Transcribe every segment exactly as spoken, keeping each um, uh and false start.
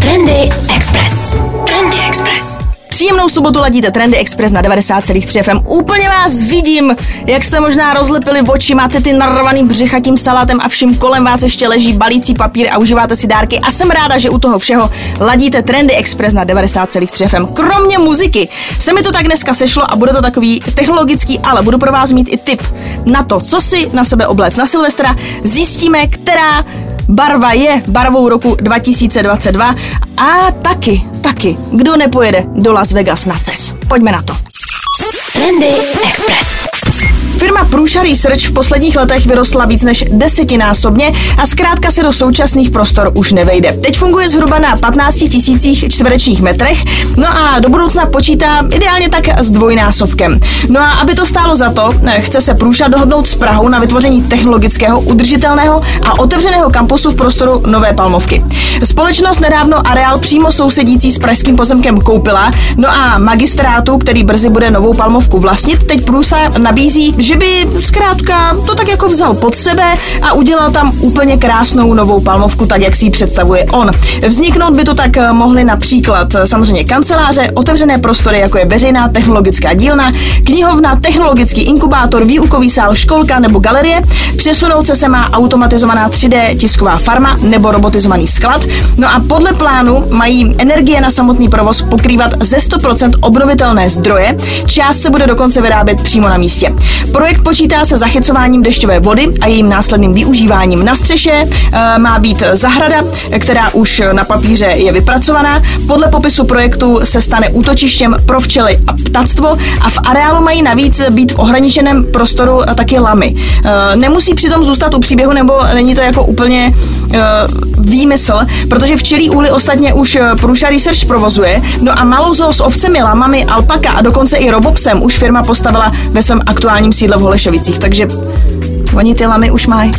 Trendy Express. Trendy Express. Příjemnou sobotu ladíte Trendy Express na devadesát celá tři F M. Úplně vás vidím, jak jste možná rozlepili oči, máte ty narvaný břicha tím salátem a vším kolem vás ještě leží balící papír a užíváte si dárky a jsem ráda, že u toho všeho ladíte Trendy Express na devadesát celá tři F M. Kromě muziky se mi to tak dneska sešlo a bude to takový technologický, ale budu pro vás mít i tip na to, co si na sebe obléct na Silvestra. Zjistíme, která barva je barvou roku dva tisíce dvacet dva a taky, taky, kdo nepojede do Las Vegas na C E S. Pojďme na to. Trendy Express. Firma Prusa Research v posledních letech vyrostla víc než desetinásobně a zkrátka se do současných prostor už nevejde. Teď funguje zhruba na patnáct tisících čtverečních metrech, no a do budoucna počítá ideálně tak s dvojnásobkem. No a aby to stálo za to, chce se Prusa dohodnout s Prahou na vytvoření technologického, udržitelného a otevřeného kampusu v prostoru Nové Palmovky. Společnost nedávno areál přímo sousedící s pražským pozemkem koupila, no a magistrátu, který brzy bude Novou Palmovku vlastnit, teď Prusa nabízí, že by zkrátka to tak jako vzal pod sebe a udělal tam úplně krásnou Novou Palmovku, tak jak si ji představuje on. Vzniknout by to tak mohly například samozřejmě kanceláře, otevřené prostory, jako je veřejná technologická dílna, knihovna, technologický inkubátor, výukový sál, školka nebo galerie. Přesunout se se má automatizovaná tři dé tisková farma nebo robotizovaný sklad. No a podle plánu mají energie na samotný provoz pokrývat ze sto procent obnovitelné zdroje. Část se bude dokonce vyrábět přímo na místě. Projekt počítá se zachycováním dešťové vody a jejím následným využíváním. Na střeše e, má být zahrada, která už na papíře je vypracovaná. Podle popisu projektu se stane útočištěm pro včely a ptactvo a v areálu mají navíc být v ohraničeném prostoru taky lamy. E, nemusí přitom zůstat u příběhu, nebo není to jako úplně e, výmysl, protože včelí úly ostatně už Prusa Research provozuje. No a malou zoo s ovcemi, lamami, alpaka a dokonce i robopsem už firma postavila ve svém aktuálním sídle v Holešovicích, takže oni ty lamy už mají.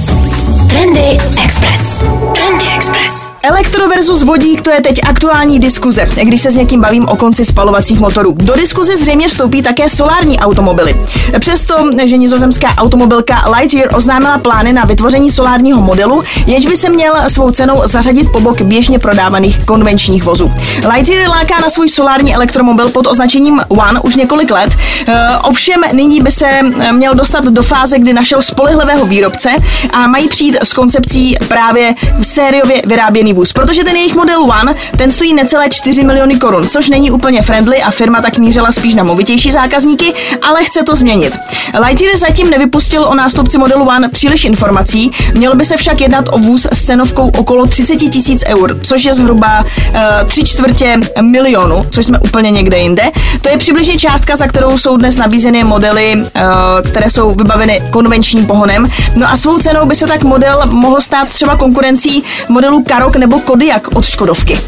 Trendy Express. Trendy Express. Elektro versus vodík, to je teď aktuální diskuze, když se s někým bavím o konci spalovacích motorů. Do diskuze zřejmě vstoupí také solární automobily. Přesto, že nizozemská automobilka Lightyear oznámila plány na vytvoření solárního modelu, jenž by se měl svou cenou zařadit po bok běžně prodávaných konvenčních vozů. Lightyear láká na svůj solární elektromobil pod označením One už několik let, ovšem nyní by se měl dostat do fáze, kdy našel spolehlivého výrobce a mají přijít s koncepcí právě sériově vyráběný vůz, protože ten jejich model One, ten stojí necelé čtyři miliony korun, což není úplně friendly a firma tak mířila spíš na movitější zákazníky, ale chce to změnit. Lightyear zatím nevypustil o nástupci modelu One příliš informací, mělo by se však jednat o vůz s cenovkou okolo třicet tisíc eur, což je zhruba uh, tři čtvrtě milionu, což jsme úplně někde jinde. To je přibližně částka, za kterou jsou dnes nabízeny modely, uh, které jsou vybaveny konvenčním pohonem. No a svou cenou by se tak model mohl stát třeba konkurencí modelu Karoq nebo Kodiaq od Škodovky.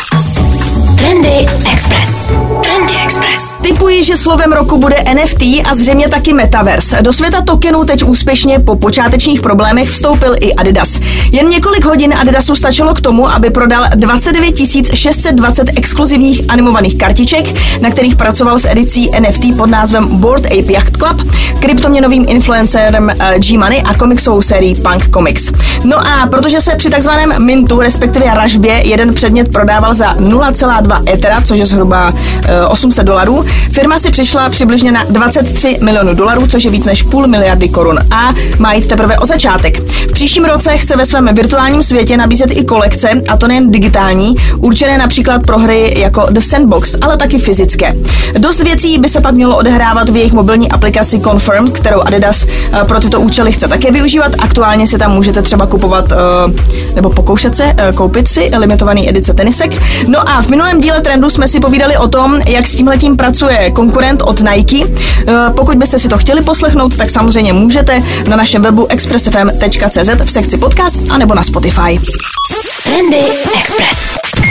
Trendy Express. Trendy Express. Tipuji, že slovem roku bude N F T a zřejmě taky Metaverse. Do světa tokenů teď úspěšně po počátečních problémech vstoupil i Adidas. Jen několik hodin Adidasu stačilo k tomu, aby prodal dvacet devět tisíc šest set dvacet exkluzivních animovaných kartiček, na kterých pracoval s edicí N F T pod názvem Bored Ape Yacht Club, kryptoměnovým influencerem G-Money a komiksovou sérií Punk Comics. No a protože se při takzvaném mintu, respektive ražbě, jeden předmět prodával za nula celá dva Ethera, což je zhruba uh, osm set dolarů, firma si přišla přibližně na dvacet tři milionů dolarů, což je víc než půl miliardy korun a má jít teprve o začátek. V příštím roce chce ve svém virtuálním světě nabízet i kolekce, a to nejen digitální, určené například pro hry jako The Sandbox, ale taky fyzické. Dost věcí by se pak mělo odehrávat v jejich mobilní aplikaci Confirmed, kterou Adidas uh, pro tyto účely chce také využívat. Aktuálně si tam můžete třeba kupovat uh, nebo pokoušet se uh, koupit si limitovaný edice tenisek. No a v minulém díle Trendu jsme si povídali o tom, jak s tímhletím pracuje konkurent od Nike. Pokud byste si to chtěli poslechnout, tak samozřejmě můžete na našem webu express f m tečka c z v sekci podcast anebo na Spotify. Trendy Express.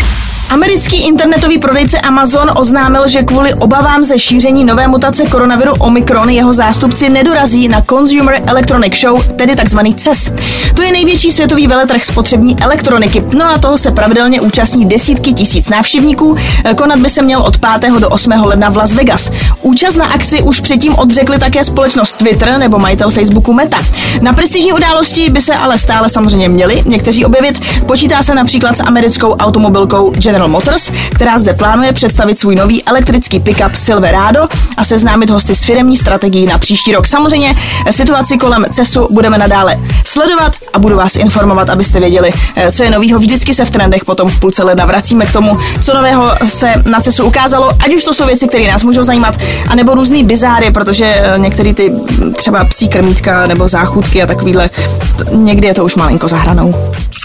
Americký internetový prodejce Amazon oznámil, že kvůli obavám ze šíření nové mutace koronaviru Omikron jeho zástupci nedorazí na Consumer Electronic Show, tedy takzvaný C E S. To je největší světový veletrh spotřební elektroniky. No a toho se pravidelně účastní desítky tisíc návštěvníků. Konat by se měl od pátého do osmého ledna v Las Vegas. Účast na akci už předtím odřekli také společnost Twitter nebo majitel Facebooku Meta. Na prestižní události by se ale stále samozřejmě měli někteří objevit. Počítá se například s americkou automobilkou General Motors, která zde plánuje představit svůj nový elektrický pick-up Silverado a seznámit hosty s firemní strategií na příští rok. Samozřejmě situaci kolem C E S u budeme nadále sledovat a budu vás informovat, abyste věděli, co je novýho. Vždycky se v trendech potom v půlce ledna vracíme k tomu, co nového se na C E S u ukázalo, ať už to jsou věci, které nás můžou zajímat, anebo různý bizáry, protože některé ty třeba psí krmítka nebo záchutky a takovýhle, někdy je to už malinko za hranou.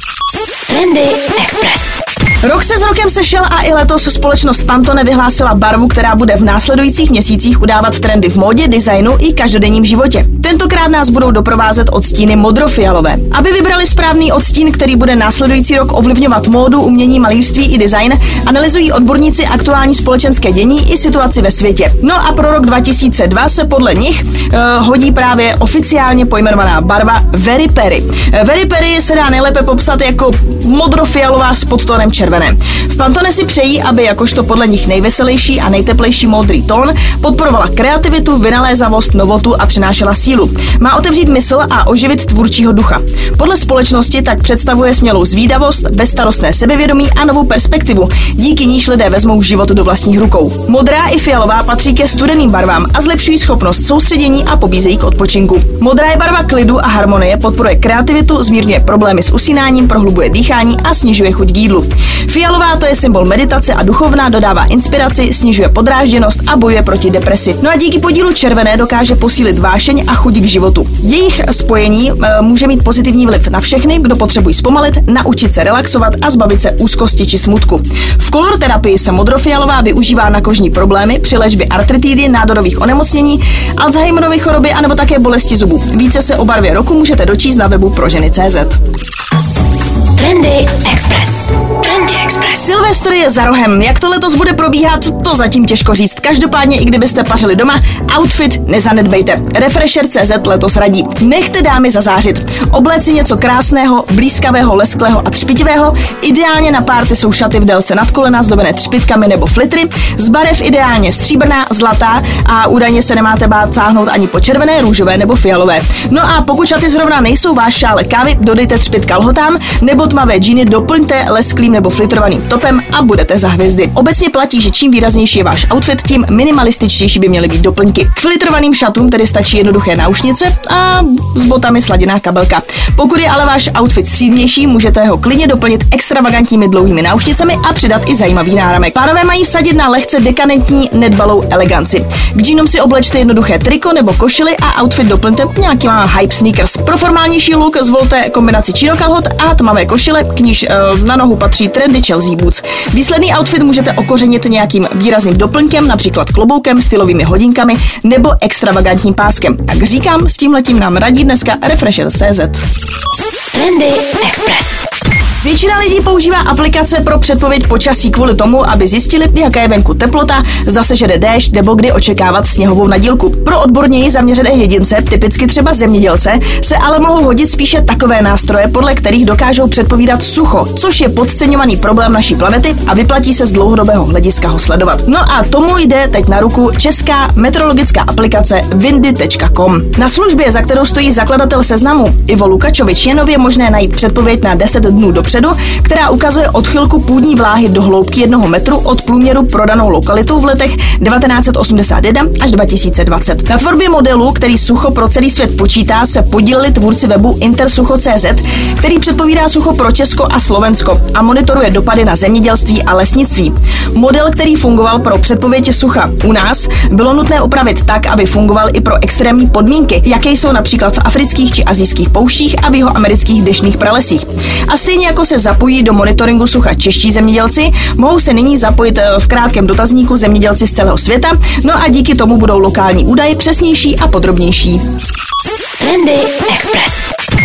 Trendy Express. Rok se s rokem sešel a i letos společnost Pantone vyhlásila barvu, která bude v následujících měsících udávat trendy v módě, designu i každodenním životě. Tentokrát nás budou doprovázet odstíny modrofialové. Aby vybrali správný odstín, který bude následující rok ovlivňovat módu, umění, malířství i design, analyzují odborníci aktuální společenské dění i situaci ve světě. No a pro rok dva tisíce dva se podle nich uh, hodí právě oficiálně pojmenovaná barva Very Perry. Very Perry se dá nejlépe popsat jako modrofialová s podtónem červené. V Pantone si přejí, aby jakožto podle nich nejveselější a nejteplejší modrý tón podporovala kreativitu, vynalézavost, novotu a přinášela sílu. Má otevřít mysl a oživit tvůrčího ducha. Podle společnosti tak představuje smělou zvídavost, bezstarostné sebevědomí a novou perspektivu, díky níž lidé vezmou život do vlastních rukou. Modrá i fialová patří ke studeným barvám a zlepšují schopnost soustředění a pobízejí k odpočinku. Modrá je barva klidu a harmonie, podporuje kreativitu, zmírňuje problémy s usínáním, prohlubuje dýchání a snižuje chuť k jídlu. Fialová to je symbol meditace a duchovná, dodává inspiraci, snižuje podrážděnost a bojuje proti depresi. No a díky podílu červené dokáže posílit vášeň a chuť k životu. Jejich spojení e, může mít pozitivní vliv na všechny, kdo potřebují zpomalit, naučit se relaxovat a zbavit se úzkosti či smutku. V color terapii se modrofialová využívá na kožní problémy, při léčbě artritidy, nádorových onemocnění, Alzheimerovy choroby anebo také bolesti zubů. Více se o barvě roku můžete dočíst na webu proženy tečka cé zet. Trendy Express. Trendy Express. Silvestr je za rohem. Jak to letos bude probíhat, to zatím těžko říct. Každopádně, i kdybyste pařili doma, outfit nezanedbejte. Refresher tečka cé zet letos radí. Nechte dámy zazářit. Obléci si něco krásného, blízkavého, lesklého a třpitivého. Ideálně na párty jsou šaty v délce nad kolena zdobené třpitkami nebo flitry. Z barev ideálně stříbrná, zlatá a údajně se nemáte bát sáhnout ani po červené, růžové nebo fialové. No a pokud šaty zrovna nejsou váš šálek kávy, dodejte třpit kalhotám nebo tmavé džíny doplňte lesklým nebo flitrovaným topem a budete za hvězdy. Obecně platí, že čím výraznější je váš outfit, tím minimalističtější by měly být doplňky. K flitrovaným šatům tedy stačí jednoduché náušnice a s botami sladěná kabelka. Pokud je ale váš outfit střídnější, můžete ho klidně doplnit extravagantními dlouhými náušnicemi a přidat i zajímavý náramek. Pánové mají vsadit na lehce dekadentní nedbalou eleganci. K džínům si oblečte jednoduché triko nebo košili a outfit doplňte nějakýma hype sneakers. Pro formálnější look zvolte kombinaci činokalhot a tmavé košile, k níž uh, na nohu patří trendy Chelsea boots. Výsledný outfit můžete okořenit nějakým výrazným doplňkem, například kloboukem, stylovými hodinkami nebo extravagantním páskem. Jak říkám, s tímhletím nám radí dneska Refresher tečka cé zet. Trendy Express. Většina lidí používá aplikace pro předpověď počasí kvůli tomu, aby zjistili, jaká je venku teplota, zda se žede déšť nebo kdy očekávat sněhovou nadílku. Pro odborněji zaměřené jedince, typicky třeba zemědělce, se ale mohou hodit spíše takové nástroje, podle kterých dokážou předpovídat sucho, což je podceňovaný problém naší planety a vyplatí se z dlouhodobého hlediska ho sledovat. No a tomu jde teď na ruku česká meteorologická aplikace windy tečka com. Na službě, za kterou stojí zakladatel Seznamu Ivo Lukačovič, je nově možné najít předpověď na deset dnů dopředu, která ukazuje odchylku půdní vláhy do hloubky jednoho metru od průměru pro danou lokalitu v letech devatenáct set osmdesát jedna až dva tisíce dvacet. Na tvorbě modelu, který sucho pro celý svět počítá, se podíleli tvůrci webu intersucho tečka cé zet, který předpovídá sucho pro Česko a Slovensko a monitoruje dopady na zemědělství a lesnictví. Model, který fungoval pro předpověď sucha u nás, bylo nutné upravit tak, aby fungoval i pro extrémní podmínky, jaké jsou například v afrických či asijských pouštích a v jihoamerických deštných pralesích. A stejně jako se zapojí do monitoringu sucha čeští zemědělci, mohou se nyní zapojit v krátkém dotazníku zemědělci z celého světa, no a díky tomu budou lokální údaje přesnější a podrobnější. Trendy Express.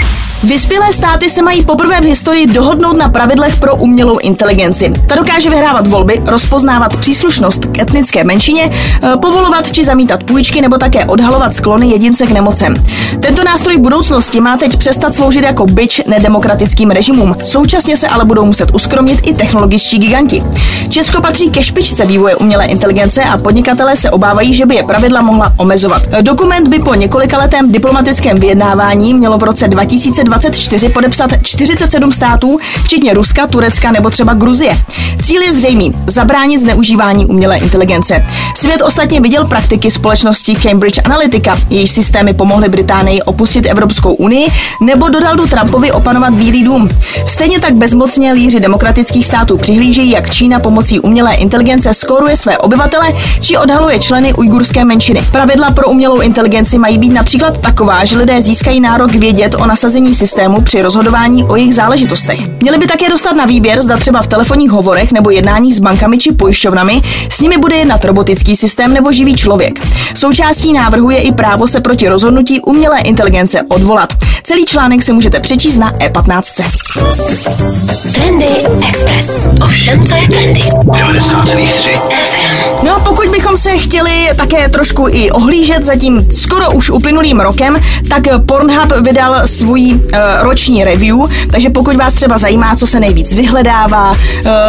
Vyspělé státy se mají poprvé v historii dohodnout na pravidlech pro umělou inteligenci. Ta dokáže vyhrávat volby, rozpoznávat příslušnost k etnické menšině, povolovat či zamítat půjčky nebo také odhalovat sklony jedince k nemocem. Tento nástroj budoucnosti má teď přestat sloužit jako bič nedemokratickým režimům. Současně se ale budou muset uskromnit i technologičtí giganti. Česko patří ke špičce vývoje umělé inteligence a podnikatelé se obávají, že by je pravidla mohla omezovat. Dokument by po několikaletém diplomatickém vyjednávání mělo v roce dva tisíce dvacet čtyři podepsat čtyřicet sedm států, včetně Ruska, Turecka nebo třeba Gruzie. Cíl je zřejmý: zabránit zneužívání umělé inteligence. Svět ostatně viděl praktiky společnosti Cambridge Analytica, jejíž systémy pomohly Británii opustit Evropskou unii, nebo Donaldu Trumpovi opanovat Bílý dům. Stejně tak bezmocně lídři demokratických států přihlížejí, jak Čína pomocí umělé inteligence skóruje své obyvatele či odhaluje členy ujgurské menšiny. Pravidla pro umělou inteligenci mají být například taková, že lidé získají nárok vědět o nasazení systému při rozhodování o jejich záležitostech. Měli by také dostat na výběr, zda třeba v telefonních hovorech nebo jednáních s bankami či pojišťovnami s nimi bude jednat robotický systém nebo živý člověk. Součástí návrhu je i právo se proti rozhodnutí umělé inteligence odvolat. Celý článek si můžete přečíst na E patnáct. Trendy Express. Ovšem, co je trendy? devadesát celá tři F M. No a pokud bychom se chtěli také trošku i ohlížet za tím skoro už uplynulým rokem, tak Pornhub vydal svůj uh, roční review, takže pokud vás třeba zajímá, co se nejvíc vyhledává, uh,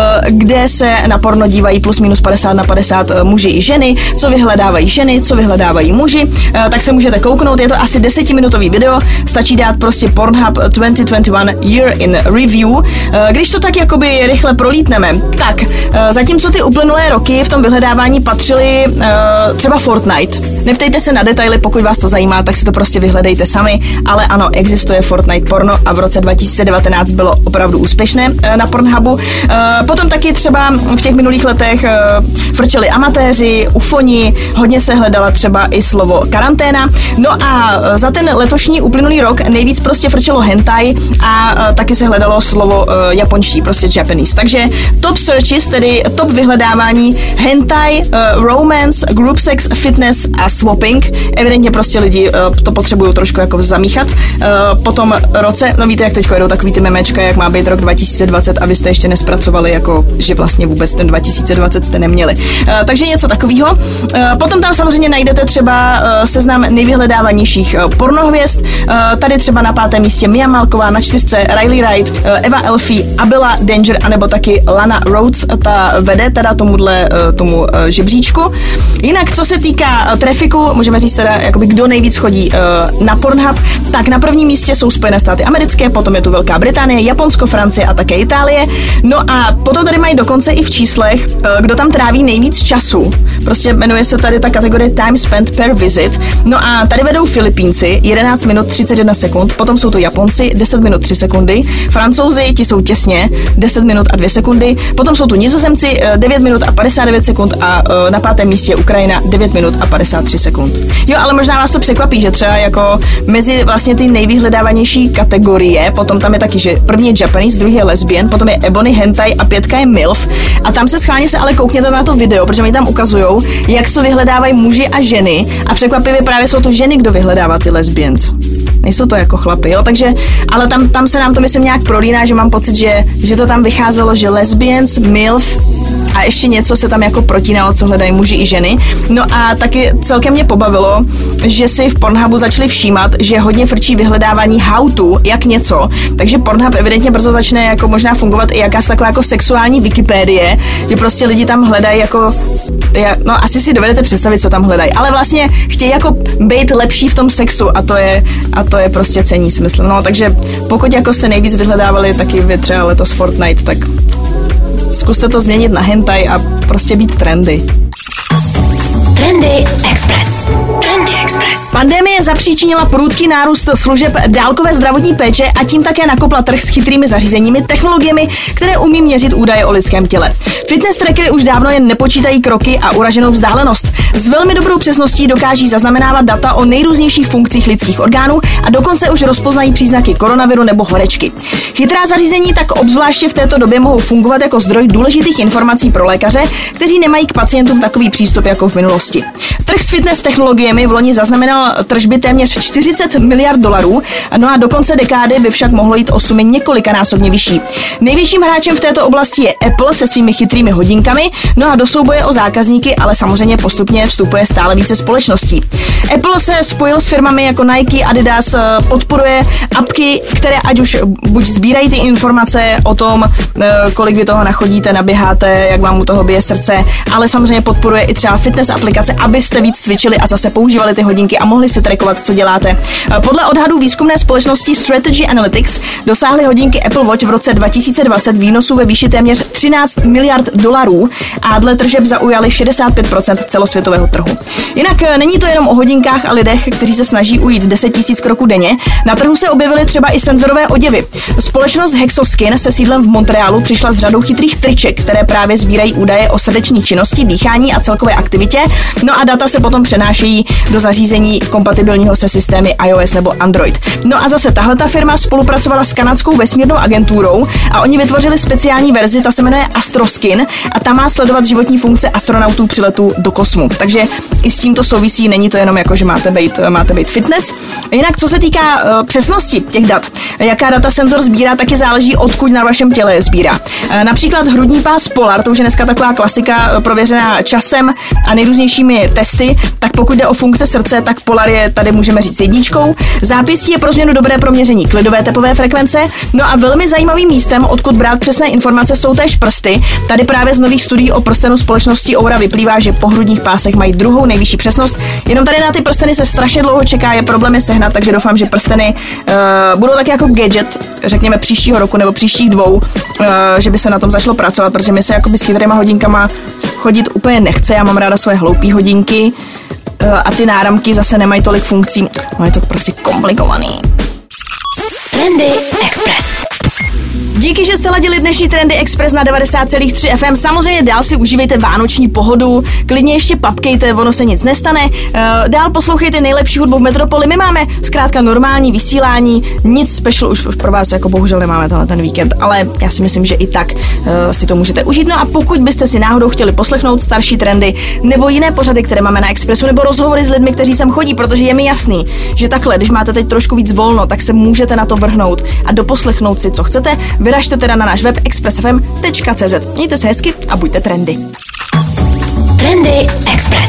kde se na porno dívají plus minus padesát na padesát uh, muži i ženy, co vyhledávají ženy, co vyhledávají muži, uh, tak se můžete kouknout, je to asi desetiminutový video, stačí dát prostě Pornhub dvacet dvacet jedna Year in Review. Uh, když to tak jakoby rychle prolítneme, tak uh, zatímco ty uplynulé roky v tom vyhledávání patřily uh, třeba Fortnite. Neptejte se na detaily, pokud vás to zajímá, tak si to prostě vyhledejte sami, ale ano, existuje Fortnite porno a v roce dva tisíce devatenáct bylo opravdu úspěšné uh, na Pornhubu. Uh, potom taky třeba v těch minulých letech uh, frčeli amatéři, ufoni, hodně se hledala třeba i slovo karanténa. No a uh, za ten letošní uplynulý rok nejvíc prostě frčelo hentai a uh, taky se hledalo slovo uh, japonští, prostě Japanese. Takže top searches, tedy top vyhledávání hentai, uh, romance, group sex, fitness a swapping. Evidentně prostě lidi uh, to potřebují trošku jako zamíchat. Uh, po tom roce, no víte, jak teď jedou takový ty memečka, jak má být rok dva tisíce dvacet a vy jste ještě nespracovali, jako že vlastně vůbec ten dva tisíce dvacet jste neměli. Uh, takže něco takového. Uh, potom tam samozřejmě najdete třeba uh, seznam nejvyhledávanějších uh, pornohvězd. Uh, tady třeba na pátém místě Mia Malková, na čtyřce Riley Wright, uh, Eva Elfie, Abela Danger, anebo taky Lana Rhodes, ta vede teda tomuhle uh, tomu uh, žebříčku. Jinak, co se týká uh, trafiku, můžeme říct teda, jakoby kdo nejvíc chodí uh, na Pornhub, tak na prvním místě jsou Spojené státy americké, potom je tu Velká Británie, Japonsko, Francie a také Itálie. No a potom tady mají dokonce i v číslech, uh, kdo tam tráví nejvíc času. Prostě jmenuje se tady ta kategorie Time Spent per Visit. No a tady vedou Filipínci jedenáct minut třicet jedna sekund, potom jsou tu Japonci deset minut tři sekundy, Francouzi, ti jsou těsně deset minut a dvě sekundy, potom jsou tu Nizozemci devět minut a padesát devět sekund a uh, na pátém místě Ukrajina devět minut a padesát tři sekund. Jo, ale možná vás to překvapí, že třeba jako mezi vlastně ty nejvyhledávanější kategorie, potom tam je taky, že první je Japanese, druhý je lesbian, potom je ebony, hentai a pětka je milf. A tam se schválně se ale koukněte na to video, protože mi tam ukazujou, jak co vyhledávají muži a ženy a překvapivě právě jsou to ženy, kdo vyhledává ty lesbians. Nejsou to jako chlapy, jo, takže, ale tam, tam se nám to myslím nějak prolíná, že mám pocit, že, že to tam vycházelo, že lesbians, milf a ještě něco se tam jako protínalo, co hledají muži i ženy. No a taky celkem mě pobavilo, že si v Pornhubu začali všímat, že hodně frčí vyhledávání how to, jak něco, takže Pornhub evidentně brzo začne jako možná fungovat i jakási taková jako sexuální Wikipédie, že prostě lidi tam hledají jako, no asi si dovedete představit, co tam hledají, ale vlastně chtějí jako být lepší v tom sexu a to je, a to je prostě cení smysl. No takže pokud jako jste nejvíc vyhledávali taky vy třeba letos Fortnite, tak zkuste to změnit na hentai a prostě být trendy. Trendy Express. Trendy Express. Pandemie zapříčinila prudký nárůst služeb dálkové zdravotní péče a tím také nakopla trh s chytrými zařízeními, technologiemi, které umí měřit údaje o lidském těle. Fitness trackery už dávno jen nepočítají kroky a uraženou vzdálenost. S velmi dobrou přesností dokáží zaznamenávat data o nejrůznějších funkcích lidských orgánů a dokonce už rozpoznají příznaky koronaviru nebo horečky. Chytrá zařízení tak obzvláště v této době mohou fungovat jako zdroj důležitých informací pro lékaře, kteří nemají k pacientům takový přístup jako v minulosti. Trh s fitness technologiemi v loni zaznamenal tržby téměř čtyřicet miliard dolarů, no a do konce dekády by však mohlo jít o sumy několikanásobně vyšší. Největším hráčem v této oblasti je Apple se svými chytrými hodinkami, no a do souboje o zákazníky ale samozřejmě postupně vstupuje stále více společností. Apple se spojil s firmami jako Nike, Adidas, podporuje apky, které ať už buď sbírají ty informace o tom, kolik vy toho nachodíte, naběháte, jak vám u toho bije srdce, ale samozřejmě podporuje i třeba fitness aplikace, abyste víc cvičili a zase používali ty hodinky a mohli si trackovat, co děláte. Podle odhadů výzkumné společnosti Strategy Analytics dosáhly hodinky Apple Watch v roce dva tisíce dvacet výnosů ve výši téměř třináct miliard dolarů a dle tržeb zaujaly šedesát pět procent celosvětového trhu. Jinak není to jenom o hodinkách a lidech, kteří se snaží ujít deset tisíc kroků denně. Na trhu se objevily třeba i senzorové oděvy. Společnost Hexoskin se sídlem v Montrealu přišla s řadou chytrých triček, které právě sbírají údaje o srdeční činnosti, dýchání a celkové aktivitě. No a data se potom přenášejí do zařízení kompatibilního se systémy iOS nebo Android. No a zase tahle ta firma spolupracovala s kanadskou vesmírnou agenturou a oni vytvořili speciální verzi, ta se jmenuje Astroskin a ta má sledovat životní funkce astronautů při letu do kosmu. Takže i s tímto souvisí, není to jenom jako, že máte být, máte být fitness. Jinak co se týká uh, přesnosti těch dat, jaká data senzor sbírá, taky záleží, odkud na vašem těle je sbírá. Uh, například hrudní pás Polar, to už je dneska taková klasika uh, prověřená časem a nejrůznějšími testy, tak pokud jde o funkce srdce, tak Polar je tady můžeme říct jedničkou. Zápěstí je pro změnu dobré pro měření klidové tepové frekvence. No a velmi zajímavým místem, odkud brát přesné informace, jsou též prsty. Tady právě z nových studií o prstenu společnosti Oura vyplývá, že po hrudních pásech mají druhou nejvyšší přesnost. Jenom tady na ty prsteny se strašně dlouho čeká, je problém je sehnat, takže doufám, že prsteny uh, budou taky jako gadget, řekněme příštího roku nebo příštích dvou, uh, že by se na tom začalo pracovat, protože my se jakoby s chytrýma hodinkama chodit úplně nechce. Já mám ráda svoje hloupý hodinky uh, a ty náramky zase nemají tolik funkcí. No je to prostě komplikovaný. Trendy Express. Díky, že jste ladili dnešní Trendy Express na devadesát celá tři F M. Samozřejmě dál si užívejte vánoční pohodu, klidně ještě papkejte, ono se nic nestane. Dál poslouchejte nejlepší hudbu v metropoli. My máme zkrátka normální vysílání, nic special už, už pro vás jako bohužel nemáme tenhle ten víkend, ale já si myslím, že i tak uh, si to můžete užít. No a pokud byste si náhodou chtěli poslechnout starší trendy nebo jiné pořady, které máme na Expressu, nebo rozhovory s lidmi, kteří sem chodí, protože je mi jasný, že takhle, když máte teď trošku víc volno, tak se můžete na to vrhnout a doposlechnout si, co chcete. Vyražte teda na náš web express f m tečka c z. Mějte se hezky a buďte trendy. Trendy Express.